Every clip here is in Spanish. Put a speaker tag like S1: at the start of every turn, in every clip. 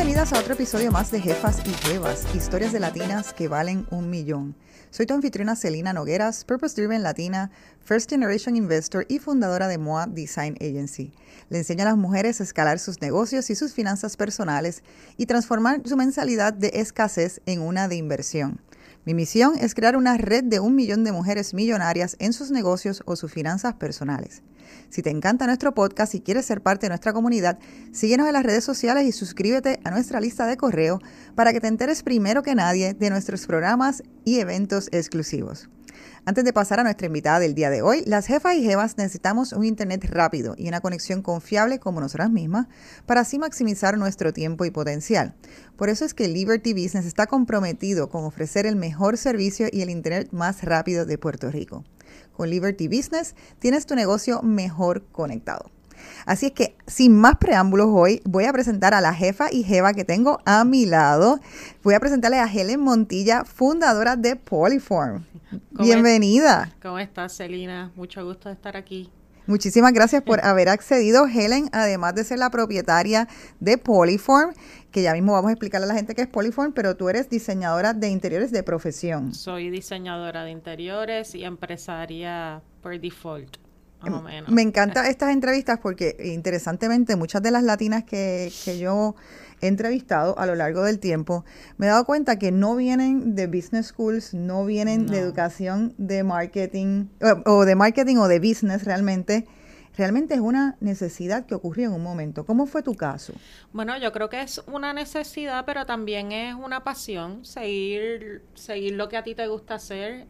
S1: Bienvenidas a otro episodio más de Jefas y Jevas, historias de latinas que valen $1,000,000. Soy tu anfitriona Celina Nogueras, Purpose Driven Latina, First Generation Investor y fundadora de MOA Design Agency. Le enseño a las mujeres a escalar sus negocios y sus finanzas personales y transformar su mentalidad de escasez en una de inversión. Mi misión es crear una red de 1,000,000 de mujeres millonarias en sus negocios o sus finanzas personales. Si te encanta nuestro podcast y quieres ser parte de nuestra comunidad, síguenos en las redes sociales y suscríbete a nuestra lista de correo para que te enteres primero que nadie de nuestros programas y eventos exclusivos. Antes de pasar a nuestra invitada del día de hoy, las jefas y jevas necesitamos un internet rápido y una conexión confiable como nosotras mismas para así maximizar nuestro tiempo y potencial. Por eso es que Liberty Business está comprometido con ofrecer el mejor servicio y el internet más rápido de Puerto Rico. Con Liberty Business tienes tu negocio mejor conectado. Así es que, sin más preámbulos, hoy voy a presentar a la jefa y jeva que tengo a mi lado. Voy a presentarle a Helen Montilla, fundadora de Polyform. Bienvenida.
S2: ¿Cómo estás, Celina? Mucho gusto de estar aquí.
S1: Muchísimas gracias por haber accedido, Helen, además de ser la propietaria de Polyform, que ya mismo vamos a explicarle a la gente qué es Polyform, pero tú eres diseñadora de interiores de profesión.
S2: Soy diseñadora de interiores y empresaria por default. Más o menos.
S1: Me encantan estas entrevistas porque, interesantemente, muchas de las latinas que yo he entrevistado a lo largo del tiempo, me he dado cuenta que no vienen de business schools, no vienen de educación de marketing o de business realmente. Realmente es una necesidad que ocurrió en un momento. ¿Cómo fue tu caso?
S2: Bueno, yo creo que es una necesidad, pero también es una pasión, seguir lo que a ti te gusta hacer.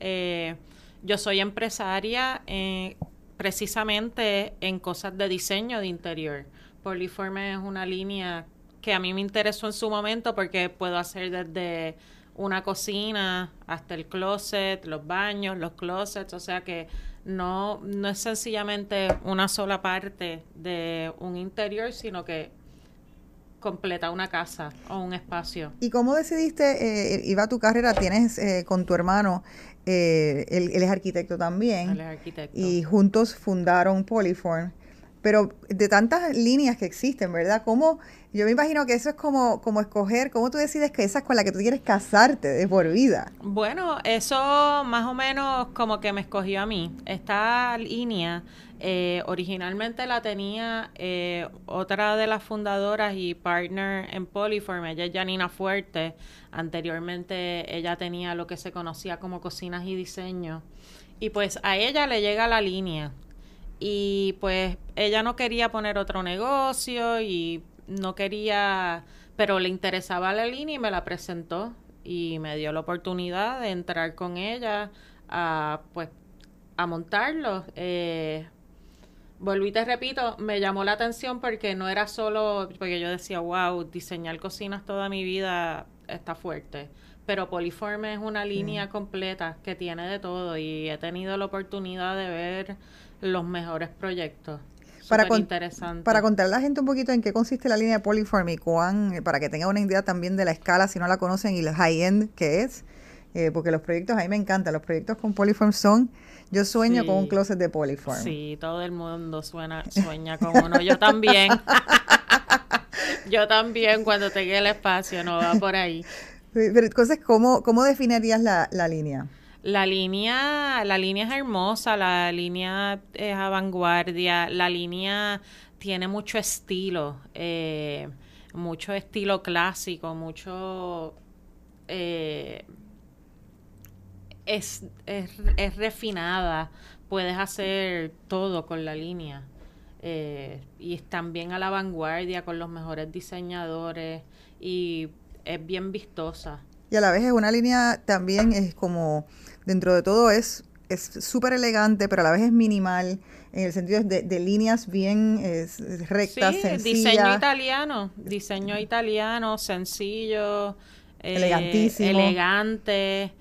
S2: Yo soy empresaria precisamente en cosas de diseño de interior. Polyform es una línea que a mí me interesó en su momento porque puedo hacer desde una cocina hasta el closet, los baños, los closets, o sea que no es sencillamente una sola parte de un interior, sino que completa una casa o un espacio.
S1: ¿Y cómo decidiste, iba a tu carrera, tienes con tu hermano, él es arquitecto también?
S2: Él es arquitecto.
S1: Y juntos fundaron Polyform. Pero de tantas líneas que existen, ¿verdad? ¿Cómo? Yo me imagino que eso es como escoger, ¿cómo tú decides que esa es con la que tú quieres casarte de por vida?
S2: Bueno, eso más o menos como que me escogió a mí. Esta línea originalmente la tenía otra de las fundadoras y partner en Polyform, ella es Janina Fuerte. Anteriormente ella tenía lo que se conocía como Cocinas y Diseño. Y pues a ella le llega la línea. Y pues ella no quería poner otro negocio y no quería, pero le interesaba la línea y me la presentó y me dio la oportunidad de entrar con ella a montarlo. Volví y te repito, me llamó la atención porque no era solo, porque yo decía, wow, diseñar cocinas toda mi vida está fuerte. Pero Polyform es una línea completa que tiene de todo y he tenido la oportunidad de ver los mejores proyectos. Súper interesante.
S1: Para contarle a la gente un poquito en qué consiste la línea de Polyform y para que tengan una idea también de la escala, si no la conocen, y el high-end que es, porque los proyectos, a mí me encantan, los proyectos con Polyform yo sueño con un closet de Polyform.
S2: Sí, todo el mundo sueña con uno, yo también. Yo también, cuando tenga el espacio, no va por ahí.
S1: Pero entonces, ¿cómo definirías la línea?
S2: La línea es hermosa, la línea es a vanguardia, la línea tiene mucho estilo clásico, mucho es refinada, puedes hacer todo con la línea y es también a la vanguardia con los mejores diseñadores y es bien vistosa.
S1: Y a la vez es una línea también, es como, dentro de todo es súper elegante, pero a la vez es minimal, en el sentido de líneas bien rectas, sencillas.
S2: Diseño italiano, sencillo,
S1: elegantísimo.
S2: Elegante.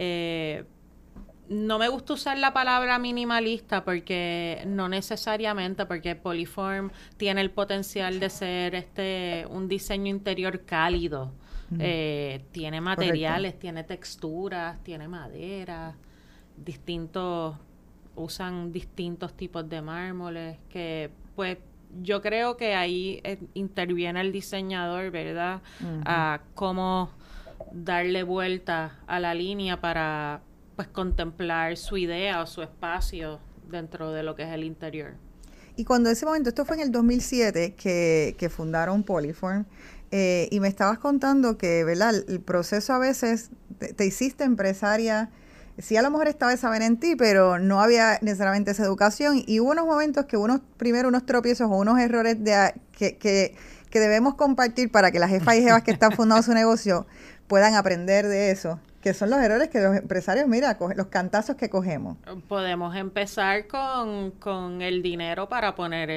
S2: No me gusta usar la palabra minimalista porque no necesariamente, porque Polyform tiene el potencial de ser un diseño interior cálido. Tiene materiales, correcto, tiene texturas, tiene madera, usan distintos tipos de mármoles que pues yo creo que ahí interviene el diseñador, ¿verdad?
S1: Ujú.
S2: A cómo darle vuelta a la línea para pues contemplar su idea o su espacio dentro de lo que es el interior.
S1: Y cuando ese momento, esto fue en el 2007 que fundaron Polyform, y me estabas contando que, ¿verdad? El proceso a veces te hiciste empresaria, sí a lo mejor estaba esa saber en ti, pero no había necesariamente esa educación y hubo unos momentos que primero unos tropiezos o unos errores que debemos compartir para que las jefas y jefas que están fundando su negocio puedan aprender de eso, que son los errores que los empresarios, mira, los cantazos que cogemos.
S2: Podemos empezar con el dinero para poner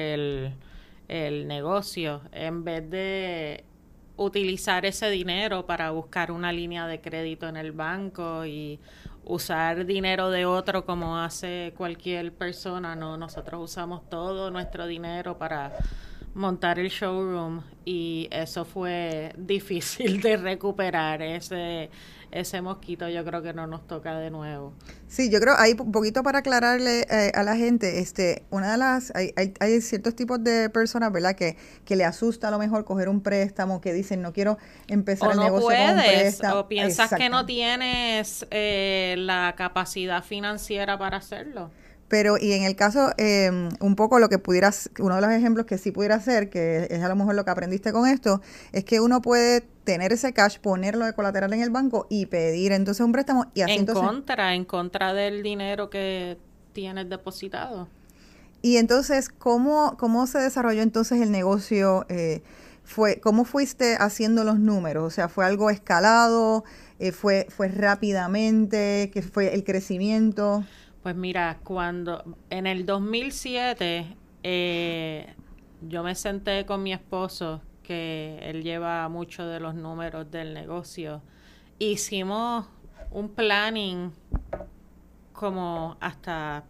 S2: el negocio, en vez de utilizar ese dinero para buscar una línea de crédito en el banco y usar dinero de otro como hace cualquier persona. No, nosotros usamos todo nuestro dinero para montar el showroom y eso fue difícil de recuperar. Ese mosquito yo creo que no nos toca de nuevo.
S1: Sí, yo creo, hay un poquito para aclararle a la gente, una de las, hay ciertos tipos de personas, ¿verdad? Que le asusta a lo mejor coger un préstamo, que dicen, no quiero empezar
S2: O
S1: el
S2: no
S1: negocio con un
S2: puedes,
S1: préstamo.
S2: o piensas que no
S1: Exactamente.
S2: tienes la capacidad financiera para hacerlo.
S1: Pero, y en el caso, un poco lo que pudieras, uno de los ejemplos que sí pudiera hacer, que es a lo mejor lo que aprendiste con esto, es que uno puede tener ese cash, ponerlo de colateral en el banco y pedir entonces un préstamo y así entonces.
S2: En contra del dinero que tienes depositado.
S1: Y entonces, ¿cómo se desarrolló entonces el negocio? ¿Cómo fuiste haciendo los números? O sea, ¿fue algo escalado? ¿Fue rápidamente? ¿Qué fue el crecimiento?
S2: Pues mira, en el 2007 yo me senté con mi esposo, que él lleva mucho de los números del negocio. Hicimos un planning como hasta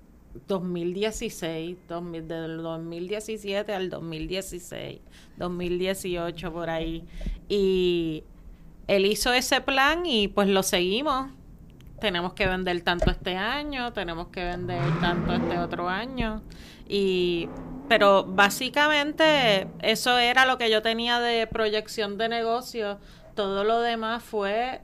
S2: 2016, del 2017 al 2016, 2018 por ahí. Y él hizo ese plan y pues lo seguimos. Tenemos que vender tanto este año, tenemos que vender tanto este otro año. Pero básicamente eso era lo que yo tenía de proyección de negocio. Todo lo demás fue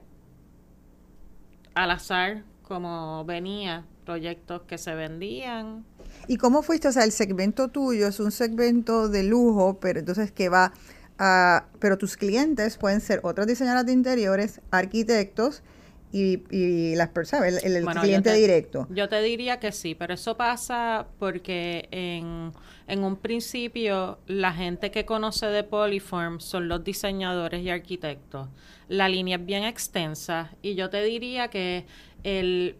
S2: al azar, como venía, proyectos que se vendían.
S1: ¿Y cómo fuiste? O sea, el segmento tuyo es un segmento de lujo, pero entonces que va pero tus clientes pueden ser otras diseñadoras de interiores, arquitectos y las personas, el
S2: Bueno,
S1: cliente directo.
S2: yo te diría que sí, pero eso pasa porque en un principio la gente que conoce de Polyform son los diseñadores y arquitectos. La línea es bien extensa y yo te diría que el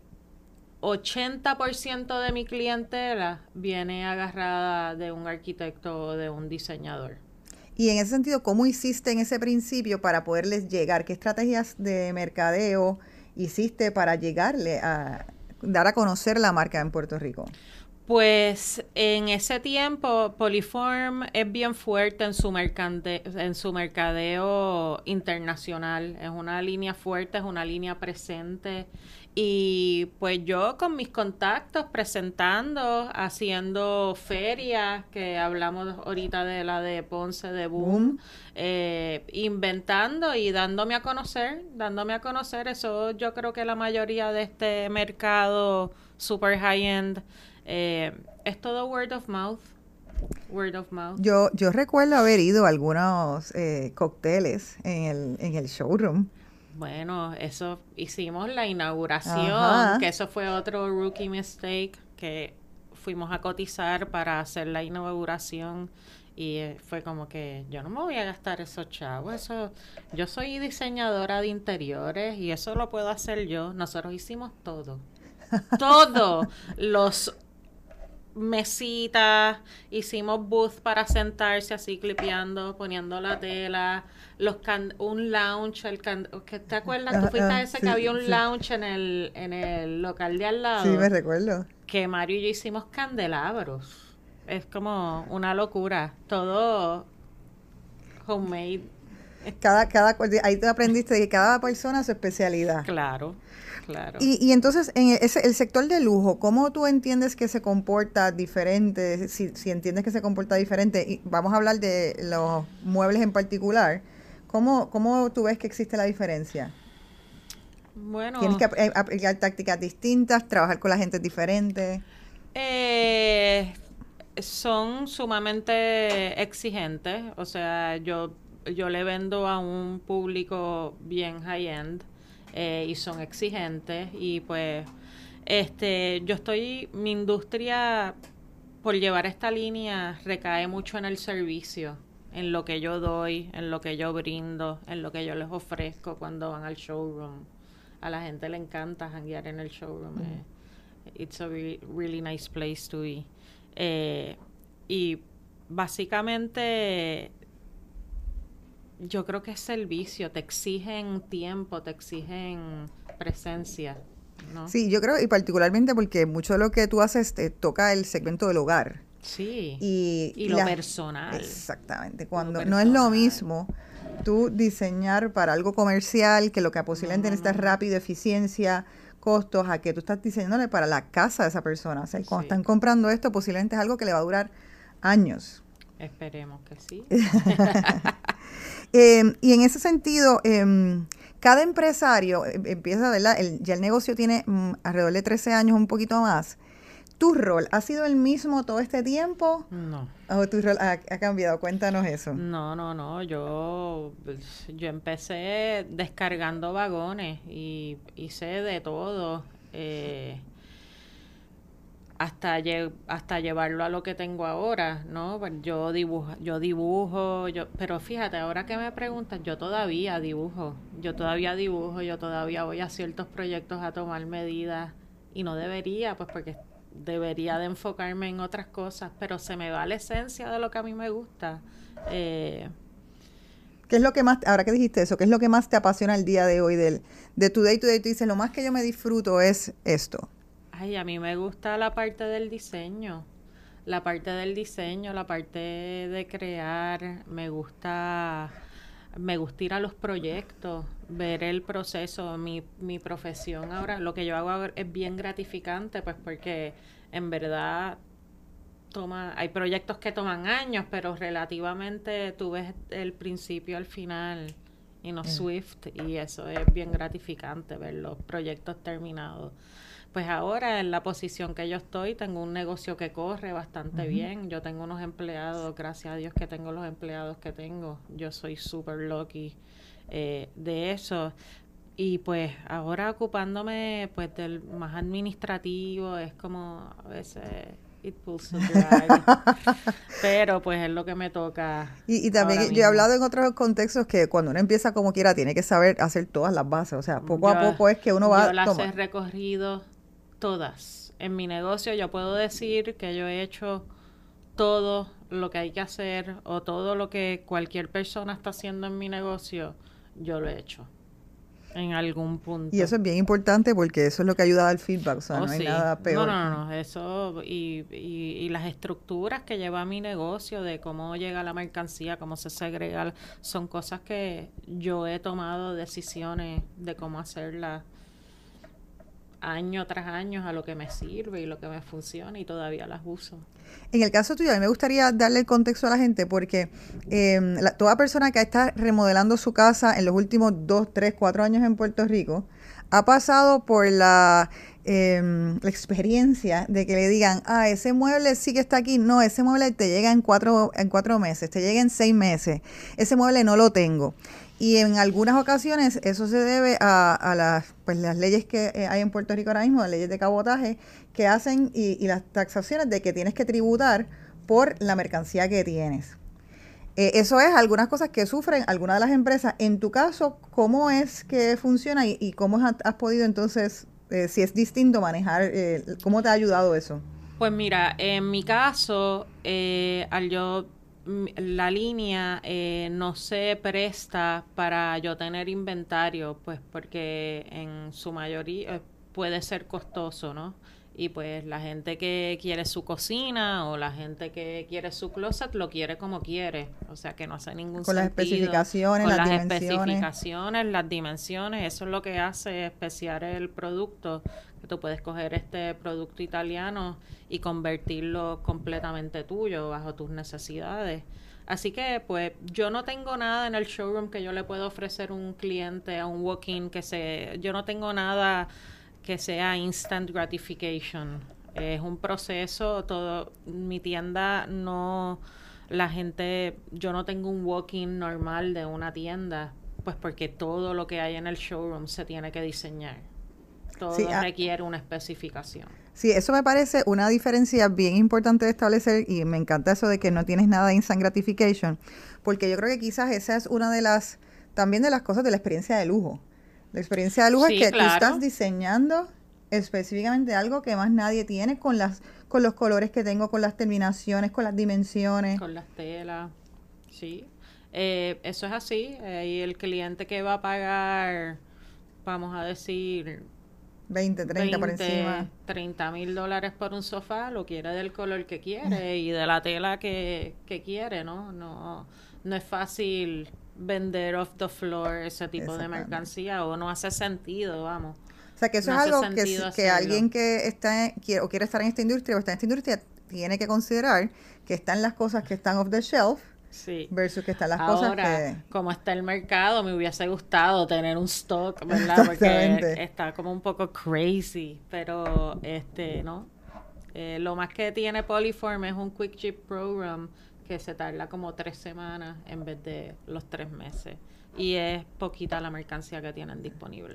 S2: 80% de mi clientela viene agarrada de un arquitecto o de un diseñador.
S1: Y en ese sentido, ¿cómo hiciste en ese principio para poderles llegar? ¿Qué estrategias de mercadeo hiciste para llegarle a dar a conocer la marca en Puerto Rico?
S2: Pues en ese tiempo Polyform es bien fuerte en su mercadeo internacional. Es una línea fuerte, es una línea presente. Y pues yo con mis contactos presentando, haciendo ferias, que hablamos ahorita de la de Ponce de Boom, inventando y dándome a conocer, eso yo creo que la mayoría de este mercado super high-end es todo word of mouth. Word of mouth.
S1: Yo recuerdo haber ido a algunos cócteles en el showroom.
S2: Bueno, eso hicimos la inauguración,
S1: Ajá.
S2: que eso fue otro rookie mistake, que fuimos a cotizar para hacer la inauguración y fue como que yo no me voy a gastar esos chavos, yo soy diseñadora de interiores y eso lo puedo hacer yo. Nosotros hicimos todo, los mesitas, hicimos booth para sentarse así clipeando, poniendo la tela, un lounge, ¿te acuerdas? Tú fuiste a ese
S1: Sí,
S2: que había un
S1: sí.
S2: lounge en el local de al
S1: Sí, me
S2: lado,
S1: recuerdo.
S2: que Mario y yo hicimos candelabros. Es como una locura, todo homemade.
S1: Ahí te aprendiste de que cada persona su especialidad.
S2: Claro, claro.
S1: Y entonces, en el sector de lujo, ¿cómo tú entiendes que se comporta diferente? Si entiendes que se comporta diferente, y vamos a hablar de los muebles en particular, ¿cómo tú ves que existe la diferencia?
S2: Bueno,
S1: ¿Tienes que aplicar tácticas distintas, trabajar con la gente diferente?
S2: son sumamente exigentes, o sea, yo le vendo a un público bien high-end y son exigentes y pues mi industria por llevar esta línea recae mucho en el servicio, en lo que yo doy, en lo que yo brindo, en lo que yo les ofrezco cuando van al showroom. A la gente le encanta janguear en el showroom. It's a really nice place to be. Y básicamente yo creo que es servicio, te exigen tiempo, te exigen presencia, ¿no?
S1: Sí, yo creo, y particularmente porque mucho de lo que tú haces te toca el segmento del hogar.
S2: Sí,
S1: y
S2: lo personal.
S1: Exactamente, cuando no es lo mismo tú diseñar para algo comercial, que lo que posiblemente necesitas rápido, eficiencia, costos, a que tú estás diseñándole para la casa de esa persona. O sea, cuando están comprando esto, posiblemente es algo que le va a durar años.
S2: Esperemos que sí.
S1: Y en ese sentido, cada empresario empieza, ¿verdad? Ya el negocio tiene alrededor de 13 años, un poquito más. ¿Tu rol ha sido el mismo todo este tiempo?
S2: No.
S1: ¿O tu rol ha cambiado? Cuéntanos eso.
S2: No. Yo empecé descargando vagones y hice de todo. Hasta llevarlo a lo que tengo ahora, ¿no? Yo dibujo, pero fíjate, ahora que me preguntas, yo todavía dibujo, yo todavía voy a ciertos proyectos a tomar medidas y no debería, pues porque debería de enfocarme en otras cosas, pero se me va la esencia de lo que a mí me gusta.
S1: ¿Qué es lo que más, ahora que dijiste eso, qué es lo que más te apasiona el día de hoy de tu day to day? Tú dices, lo más que yo me disfruto es esto.
S2: Ay, a mí me gusta la parte del diseño, la parte de crear, me gusta ir a los proyectos, ver el proceso. Mi profesión ahora, lo que yo hago ahora es bien gratificante, pues porque en verdad hay proyectos que toman años, pero relativamente tú ves el principio al final y no Swift, y eso es bien gratificante, ver los proyectos terminados. Pues ahora en la posición que yo estoy, tengo un negocio que corre bastante bien. Yo tengo unos empleados, gracias a Dios que tengo los empleados que tengo. Yo soy súper lucky de eso. Y pues ahora ocupándome pues del más administrativo, es como a veces it pulls a drag. Pero pues es lo que me toca.
S1: Y también yo he hablado en otros contextos que cuando uno empieza como quiera tiene que saber hacer todas las bases. O sea, poco a poco es que uno va a tomar.
S2: Yo las he recorrido todas. En mi negocio yo puedo decir que yo he hecho todo lo que hay que hacer o todo lo que cualquier persona está haciendo en mi negocio, yo lo he hecho en algún punto.
S1: Y eso es bien importante porque eso es lo que ayuda a dar feedback, o sea, no hay nada peor.
S2: No, eso y las estructuras que lleva mi negocio, de cómo llega la mercancía, cómo se segrega, son cosas que yo he tomado decisiones de cómo hacerlas año tras año a lo que me sirve y lo que me funciona, y todavía las uso.
S1: En el caso tuyo, a mí me gustaría darle el contexto a la gente porque toda persona que está remodelando su casa en los últimos 2, 3, 4 años en Puerto Rico ha pasado por la experiencia de que le digan, ese mueble sí que está aquí. No, ese mueble te llega en 4 meses, te llega en 6 meses. Ese mueble no lo tengo. Y en algunas ocasiones eso se debe a las leyes que hay en Puerto Rico ahora mismo, las leyes de cabotaje, que hacen y las taxaciones de que tienes que tributar por la mercancía que tienes. Eso es algunas cosas que sufren algunas de las empresas. En tu caso, ¿cómo es que funciona y cómo has podido entonces, si es distinto manejar, cómo te ha ayudado eso?
S2: Pues mira, en mi caso, la línea no se presta para yo tener inventario, pues porque en su mayoría puede ser costoso, ¿no? Y pues la gente que quiere su cocina o la gente que quiere su closet lo quiere como quiere. O sea que no hace ningún
S1: Con las
S2: sentido.
S1: especificaciones,
S2: Con
S1: las
S2: las
S1: dimensiones.
S2: especificaciones, las dimensiones. Eso es lo que hace especial el producto. Que tú puedes coger este producto italiano y convertirlo completamente tuyo bajo tus necesidades. Así que, pues, yo no tengo nada en el showroom que yo le pueda ofrecer a un cliente, a un walk-in, yo no tengo nada que sea instant gratification. Es un proceso, mi tienda no, yo no tengo un walk-in normal de una tienda, pues porque todo lo que hay en el showroom se tiene que diseñar. Todo requiere una especificación.
S1: Sí, eso me parece una diferencia bien importante de establecer y me encanta eso de que no tienes nada de instant gratification, porque yo creo que quizás esa es una de también de las cosas de la experiencia de lujo. La experiencia de lujo es que tú estás diseñando específicamente algo que más nadie tiene con los colores que tengo, con las terminaciones, con las dimensiones.
S2: Con las telas, sí. Eso es así. Y el cliente que va a pagar, vamos a decir...
S1: 20, 30 por encima.
S2: $30,000 por un sofá, lo quiere del color que quiere y de la tela que quiere, ¿no? No es fácil vender off the floor ese tipo de mercancía o no hace sentido, vamos.
S1: O sea, que eso es algo que alguien que quiere estar en esta industria o está en esta industria tiene que considerar que están las cosas que están off the shelf. Sí. Versus que están las cosas que...
S2: como está el mercado, me hubiese gustado tener un stock, ¿verdad? Porque está como un poco crazy, pero no. Lo más que tiene Polyform es un Quick Ship Program que se tarda como 3 semanas en vez de los 3 meses. Y es poquita la mercancía que tienen disponible.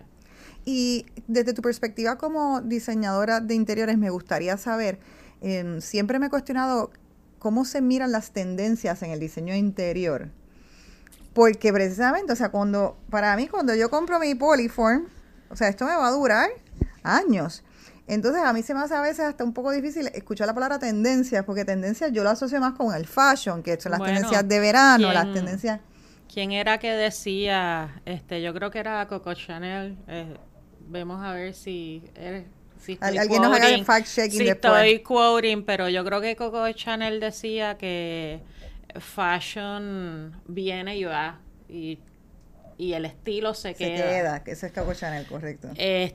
S1: Y desde tu perspectiva como diseñadora de interiores, me gustaría saber, siempre me he cuestionado cómo se miran las tendencias en el diseño interior. Porque precisamente, o sea, para mí, cuando yo compro mi Polyform, o sea, esto me va a durar años. Entonces, a mí se me hace a veces hasta un poco difícil escuchar la palabra tendencias, porque tendencias yo lo asocio más con el fashion, que son las tendencias de verano, las tendencias...
S2: ¿Quién era que decía? Yo creo que era Coco Chanel. Vemos a ver si
S1: alguien nos haga el fact-checking después.
S2: Estoy quoting, pero yo creo que Coco Chanel decía que fashion viene y va y el estilo se queda.
S1: Que ese es Coco Chanel, correcto.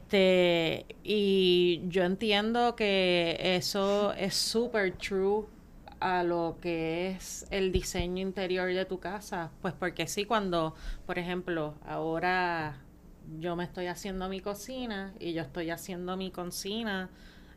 S2: Y yo entiendo que eso es super true a lo que es el diseño interior de tu casa. Pues porque sí, cuando, por ejemplo, ahora... yo me estoy haciendo mi cocina y yo estoy haciendo mi cocina,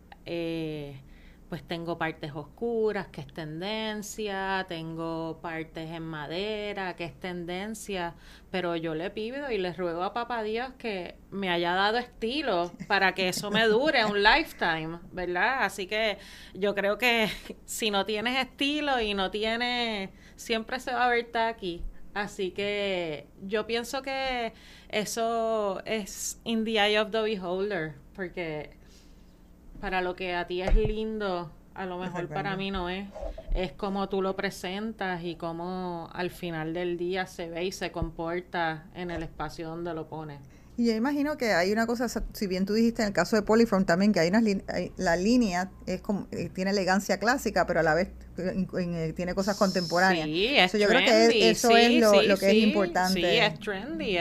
S2: pues tengo partes oscuras, que es tendencia, tengo partes en madera, que es tendencia, pero yo le pido y le ruego a papá Dios que me haya dado estilo para que eso me dure un lifetime, ¿verdad? Así que yo creo que si no tienes estilo y no tienes, siempre se va a ver tacky. Así que yo pienso que eso es in the eye of the beholder, porque para lo que a ti es lindo, a lo mejor para mí no es. Es como tú lo presentas y cómo al final del día se ve y se comporta en el espacio donde lo pones.
S1: Y yo imagino que hay una cosa, si bien tú dijiste en el caso de Polyform también, que hay la línea es como, tiene elegancia clásica, pero a la vez tiene cosas contemporáneas.
S2: Sí, es
S1: yo
S2: trendy.
S1: Creo que eso es lo que es importante.
S2: Sí, es trendy.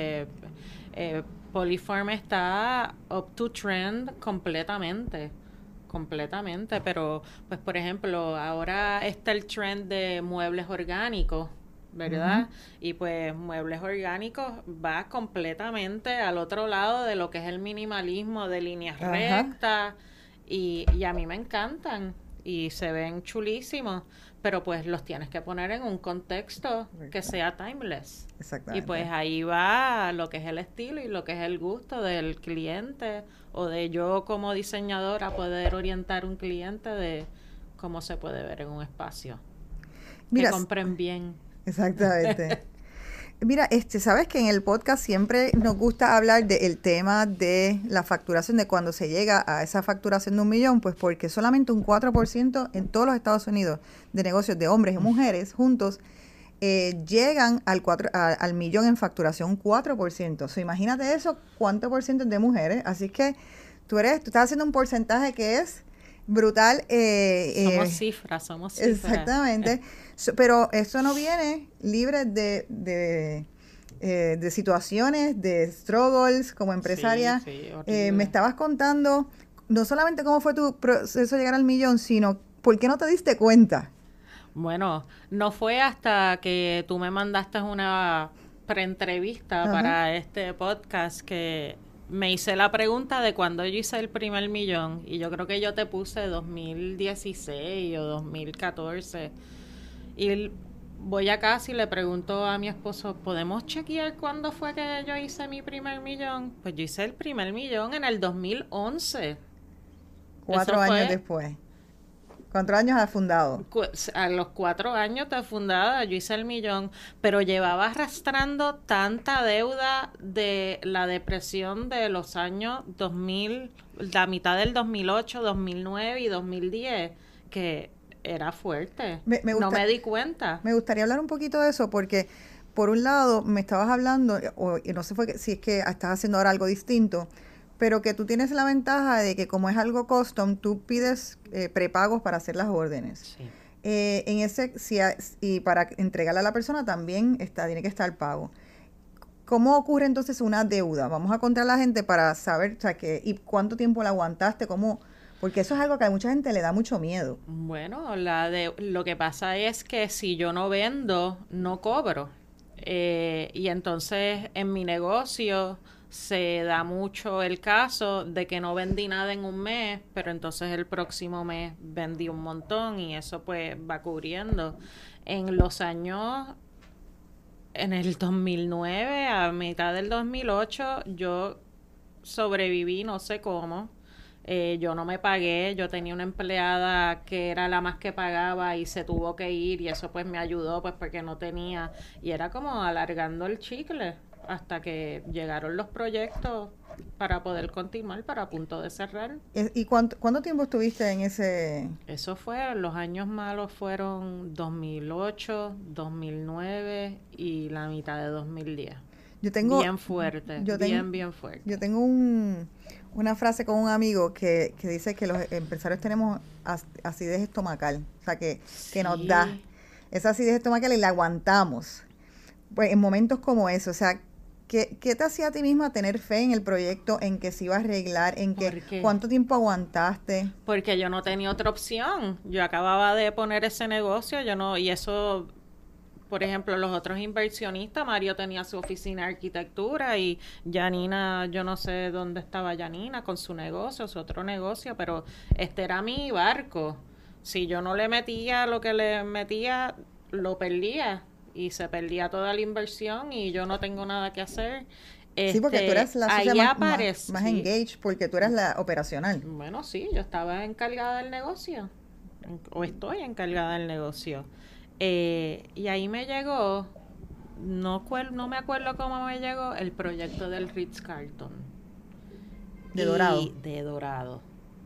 S2: Polyform está up to trend completamente, pero pues por ejemplo, ahora está el trend de muebles orgánicos, ¿verdad? Uh-huh. Y pues muebles orgánicos va completamente al otro lado de lo que es el minimalismo de líneas uh-huh. rectas y a mí me encantan y se ven chulísimos, pero pues los tienes que poner en un contexto que sea timeless.
S1: Exactamente.
S2: Y pues ahí va lo que es el estilo y lo que es el gusto del cliente o de yo como diseñadora poder orientar un cliente de cómo se puede ver en un espacio. Mira, que compren bien.
S1: Exactamente. Mira, sabes que en el podcast siempre nos gusta hablar del tema de la facturación, de cuando se llega a esa facturación de 1 millón, pues porque solamente un 4% en todos los Estados Unidos de negocios de hombres y mujeres juntos llegan al millón en facturación, 4%. O sea, imagínate eso, cuánto por ciento es de mujeres. Así que tú estás haciendo un porcentaje que es brutal.
S2: Somos cifras.
S1: Exactamente. Pero eso no viene libre de situaciones, de struggles como empresaria.
S2: Sí,
S1: me estabas contando no solamente cómo fue tu proceso de llegar al millón, sino por qué no te diste cuenta.
S2: Bueno, no fue hasta que tú me mandaste una preentrevista para este podcast que me hice la pregunta de cuándo yo hice el primer millón, y yo creo que yo te puse 2016 o 2014, y voy a casa y le pregunto a mi esposo, ¿podemos chequear cuándo fue que yo hice mi primer millón? Pues yo hice el primer millón en el 2011.
S1: 4 años después. 4 años has fundado.
S2: A los 4 años de fundada yo hice el millón, pero llevaba arrastrando tanta deuda de la depresión de los años 2000, la mitad del 2008, 2009 y 2010, que era fuerte. No me di cuenta.
S1: Me gustaría hablar un poquito de eso porque, por un lado, me estabas hablando, y no sé si es que estás haciendo ahora algo distinto, pero que tú tienes la ventaja de que como es algo custom, tú pides prepagos para hacer las órdenes.
S2: Sí.
S1: Y para entregarle a la persona también tiene que estar pago. ¿Cómo ocurre entonces una deuda? Vamos a contar a la gente para saber, y cuánto tiempo la aguantaste, porque eso es algo que a mucha gente le da mucho miedo.
S2: Bueno, lo que pasa es que si yo no vendo, no cobro. Y entonces en mi negocio se da mucho el caso de que no vendí nada en un mes, pero entonces el próximo mes vendí un montón y eso pues va cubriendo. En el 2009, a mitad del 2008, yo sobreviví, no sé cómo. Yo no me pagué, yo tenía una empleada que era la más que pagaba y se tuvo que ir, y eso pues me ayudó pues porque no tenía, y era como alargando el chicle hasta que llegaron los proyectos para poder continuar, para a punto de cerrar.
S1: ¿Y cuánto tiempo estuviste en ese...?
S2: Eso fue, los años malos fueron 2008, 2009 y la mitad de 2010. Bien fuerte, bien fuerte.
S1: Yo tengo una frase con un amigo que dice que los empresarios tenemos acidez estomacal, o sea, que nos da esa acidez estomacal y la aguantamos. Pues en momentos como eso, o sea, ¿qué te hacía a ti misma tener fe en el proyecto, en que se iba a arreglar, cuánto tiempo aguantaste?
S2: Porque yo no tenía otra opción. Yo acababa de poner ese negocio, y eso, por ejemplo, los otros inversionistas, Mario tenía su oficina de arquitectura y Janina, yo no sé dónde estaba Janina con su negocio, su otro negocio, pero este era mi barco. Si yo no le metía lo que le metía, lo perdía. Y se perdía toda la inversión y yo no tengo nada que hacer.
S1: Sí, porque tú eras la socia más engaged, porque tú eras la operacional.
S2: Bueno, sí, yo estaba encargada del negocio, o estoy encargada del negocio. Y ahí me llegó, no me acuerdo cómo me llegó, el proyecto del Ritz-Carlton.
S1: De Dorado.
S2: De Dorado.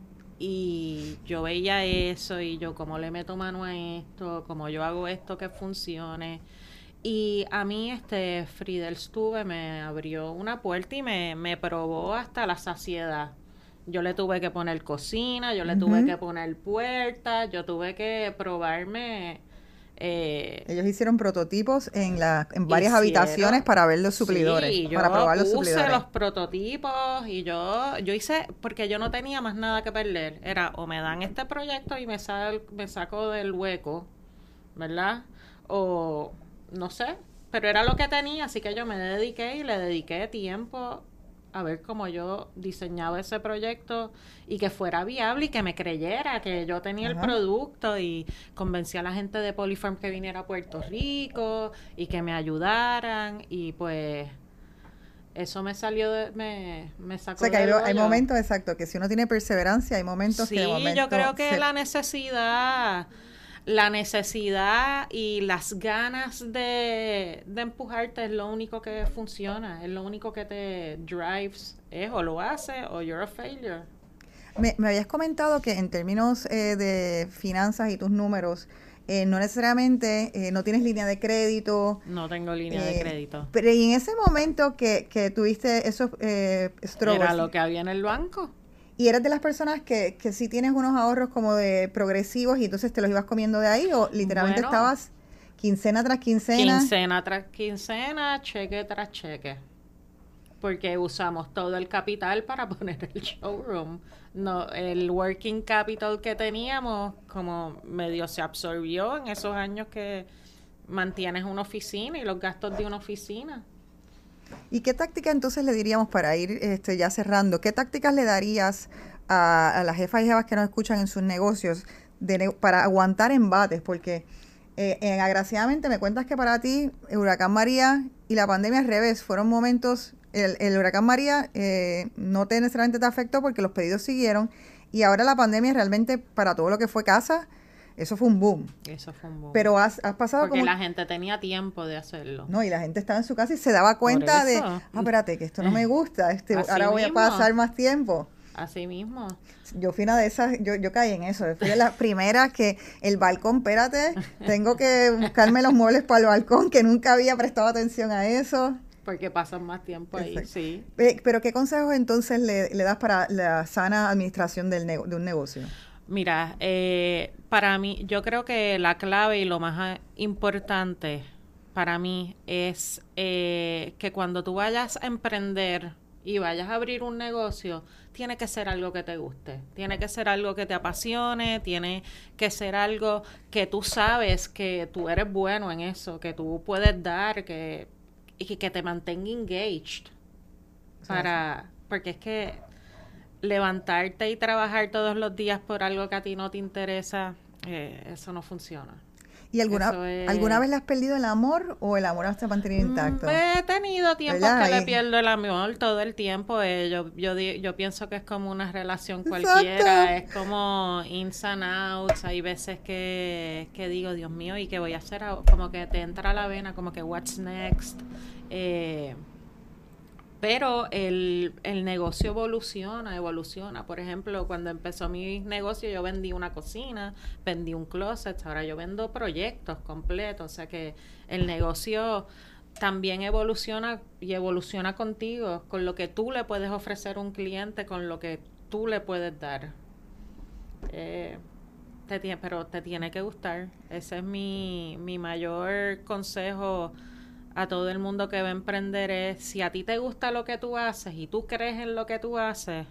S2: Y yo veía eso y yo, ¿cómo le meto mano a esto? ¿Cómo yo hago esto que funcione? Y a mí Friedel Stube me abrió una puerta y me probó hasta la saciedad. Yo le tuve que poner cocina, yo le tuve que poner puertas, yo tuve que probarme.
S1: Ellos hicieron prototipos en varias habitaciones para ver los suplidores,
S2: sí,
S1: para probar los suplidores.
S2: Yo puse los prototipos y yo hice, porque yo no tenía más nada que perder. Era o me dan este proyecto y me saco del hueco, ¿verdad? O no sé, pero era lo que tenía, así que yo me dediqué y le dediqué tiempo a ver cómo yo diseñaba ese proyecto y que fuera viable y que me creyera que yo tenía el producto, y convencí a la gente de Polyfarm que viniera a Puerto Rico y que me ayudaran, y pues eso me salió me sacó.
S1: O sea, que hay momentos, exacto, que si uno tiene perseverancia, hay momentos que de momento...
S2: Sí, yo creo que la necesidad y las ganas de empujarte es lo único que funciona, es lo único que te drives, o lo hace o you're a failure.
S1: Me habías comentado que en términos de finanzas y tus números, no necesariamente no tienes línea de crédito.
S2: No tengo línea de crédito.
S1: Pero y en ese momento que tuviste esos struggles,
S2: era lo que había en el banco.
S1: ¿Y eres de las personas que sí tienes unos ahorros como de progresivos y entonces te los ibas comiendo de ahí o literalmente estabas quincena tras quincena?
S2: Quincena tras quincena, cheque tras cheque. Porque usamos todo el capital para poner el showroom. No, el working capital que teníamos como medio se absorbió en esos años que mantienes una oficina y los gastos de una oficina.
S1: ¿Y qué táctica entonces le diríamos para ir ya cerrando? ¿Qué tácticas le darías a las jefas y jefas que nos escuchan en sus negocios para aguantar embates? Porque agraciadamente me cuentas que para ti el huracán María y la pandemia al revés fueron momentos. El huracán María no necesariamente te afectó porque los pedidos siguieron y ahora la pandemia realmente para todo lo que fue casa, eso fue un boom.
S2: Eso fue un boom.
S1: Pero has pasado
S2: porque la gente tenía tiempo de hacerlo.
S1: No, y la gente estaba en su casa y se daba cuenta de, espérate, que esto no me gusta, ahora voy a pasar más tiempo.
S2: Así mismo.
S1: Yo fui una de esas, yo caí en eso, fui de las primeras que el balcón, espérate, tengo que buscarme los muebles para el balcón, que nunca había prestado atención a eso.
S2: Porque pasan más tiempo ahí, sí.
S1: Pero ¿qué consejos entonces le das para la sana administración de un negocio?
S2: Mira, para mí, yo creo que la clave y lo más importante para mí es que cuando tú vayas a emprender y vayas a abrir un negocio, tiene que ser algo que te guste, tiene que ser algo que te apasione, tiene que ser algo que tú sabes que tú eres bueno en eso, que tú puedes dar, y que te mantenga engaged. Porque es que levantarte y trabajar todos los días por algo que a ti no te interesa, eso no funciona.
S1: ¿Y alguna vez le has perdido el amor o el amor se ha mantenido intacto?
S2: He tenido tiempos que le pierdo el amor todo el tiempo. Yo pienso que es como una relación cualquiera. Exacto. Es como ins and outs. Hay veces que digo, Dios mío, ¿y qué voy a hacer? Como que te entra a la vena, como que what's next. Pero el negocio evoluciona. Por ejemplo, cuando empezó mi negocio, yo vendí una cocina, vendí un closet, ahora yo vendo proyectos completos. O sea que el negocio también evoluciona y evoluciona contigo, con lo que tú le puedes ofrecer a un cliente, con lo que tú le puedes dar. Pero te tiene que gustar. Ese es mi mayor consejo a todo el mundo que va a emprender es, si a ti te gusta lo que tú haces y tú crees en lo que tú haces,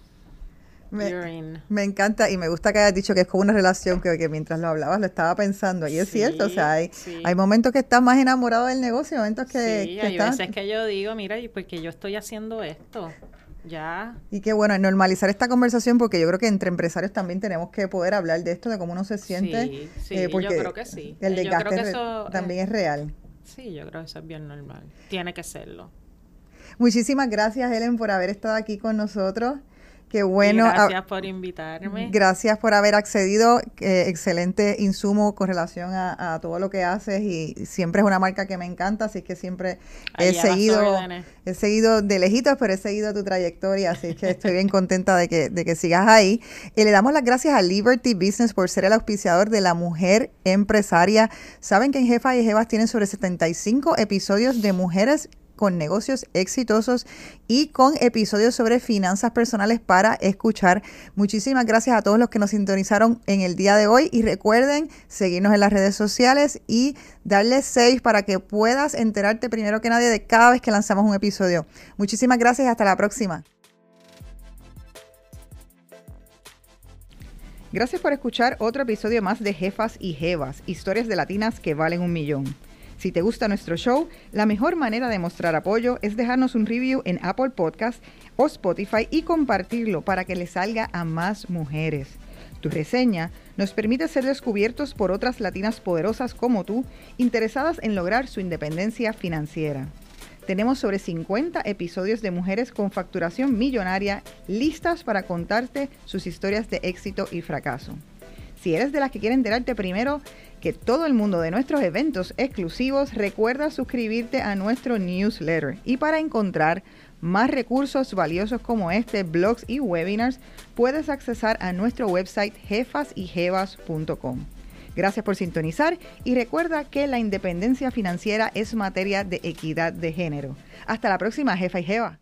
S1: me encanta y me gusta que hayas dicho que es como una relación que mientras lo hablabas lo estaba pensando y es cierto, o sea, hay momentos que estás más enamorado del negocio, momentos que
S2: hay veces que yo digo, mira, ¿y por qué yo estoy haciendo esto? Ya.
S1: Y qué bueno, normalizar esta conversación porque yo creo que entre empresarios también tenemos que poder hablar de esto, de cómo uno se siente.
S2: Sí, porque yo creo que sí.
S1: El desgaste también es real.
S2: Sí, yo creo que eso es bien normal. Tiene que serlo.
S1: Muchísimas gracias, Helen, por haber estado aquí con nosotros. Qué bueno.
S2: Y gracias por invitarme.
S1: Gracias por haber accedido. Excelente insumo con relación a todo lo que haces y siempre es una marca que me encanta, así que siempre he seguido de lejitos, pero he seguido tu trayectoria, así que estoy bien contenta de que sigas ahí. Le damos las gracias a Liberty Business por ser el auspiciador de La Mujer Empresaria. Saben que en Jefas y Jevas tienen sobre 75 episodios de mujeres con negocios exitosos y con episodios sobre finanzas personales para escuchar. Muchísimas gracias a todos los que nos sintonizaron en el día de hoy y recuerden seguirnos en las redes sociales y darle 6 para que puedas enterarte primero que nadie de cada vez que lanzamos un episodio. Muchísimas gracias y hasta la próxima. Gracias por escuchar otro episodio más de Jefas y Jevas, historias de latinas que valen $1 millón. Si te gusta nuestro show, la mejor manera de mostrar apoyo es dejarnos un review en Apple Podcast o Spotify y compartirlo para que le salga a más mujeres. Tu reseña nos permite ser descubiertos por otras latinas poderosas como tú, interesadas en lograr su independencia financiera. Tenemos sobre 50 episodios de mujeres con facturación millonaria listas para contarte sus historias de éxito y fracaso. Si eres de las que quieren enterarte primero que todo el mundo de nuestros eventos exclusivos, recuerda suscribirte a nuestro newsletter. Y para encontrar más recursos valiosos como este, blogs y webinars, puedes accesar a nuestro website jefasyjevas.com. Gracias por sintonizar y recuerda que la independencia financiera es materia de equidad de género. Hasta la próxima, jefa y jeva.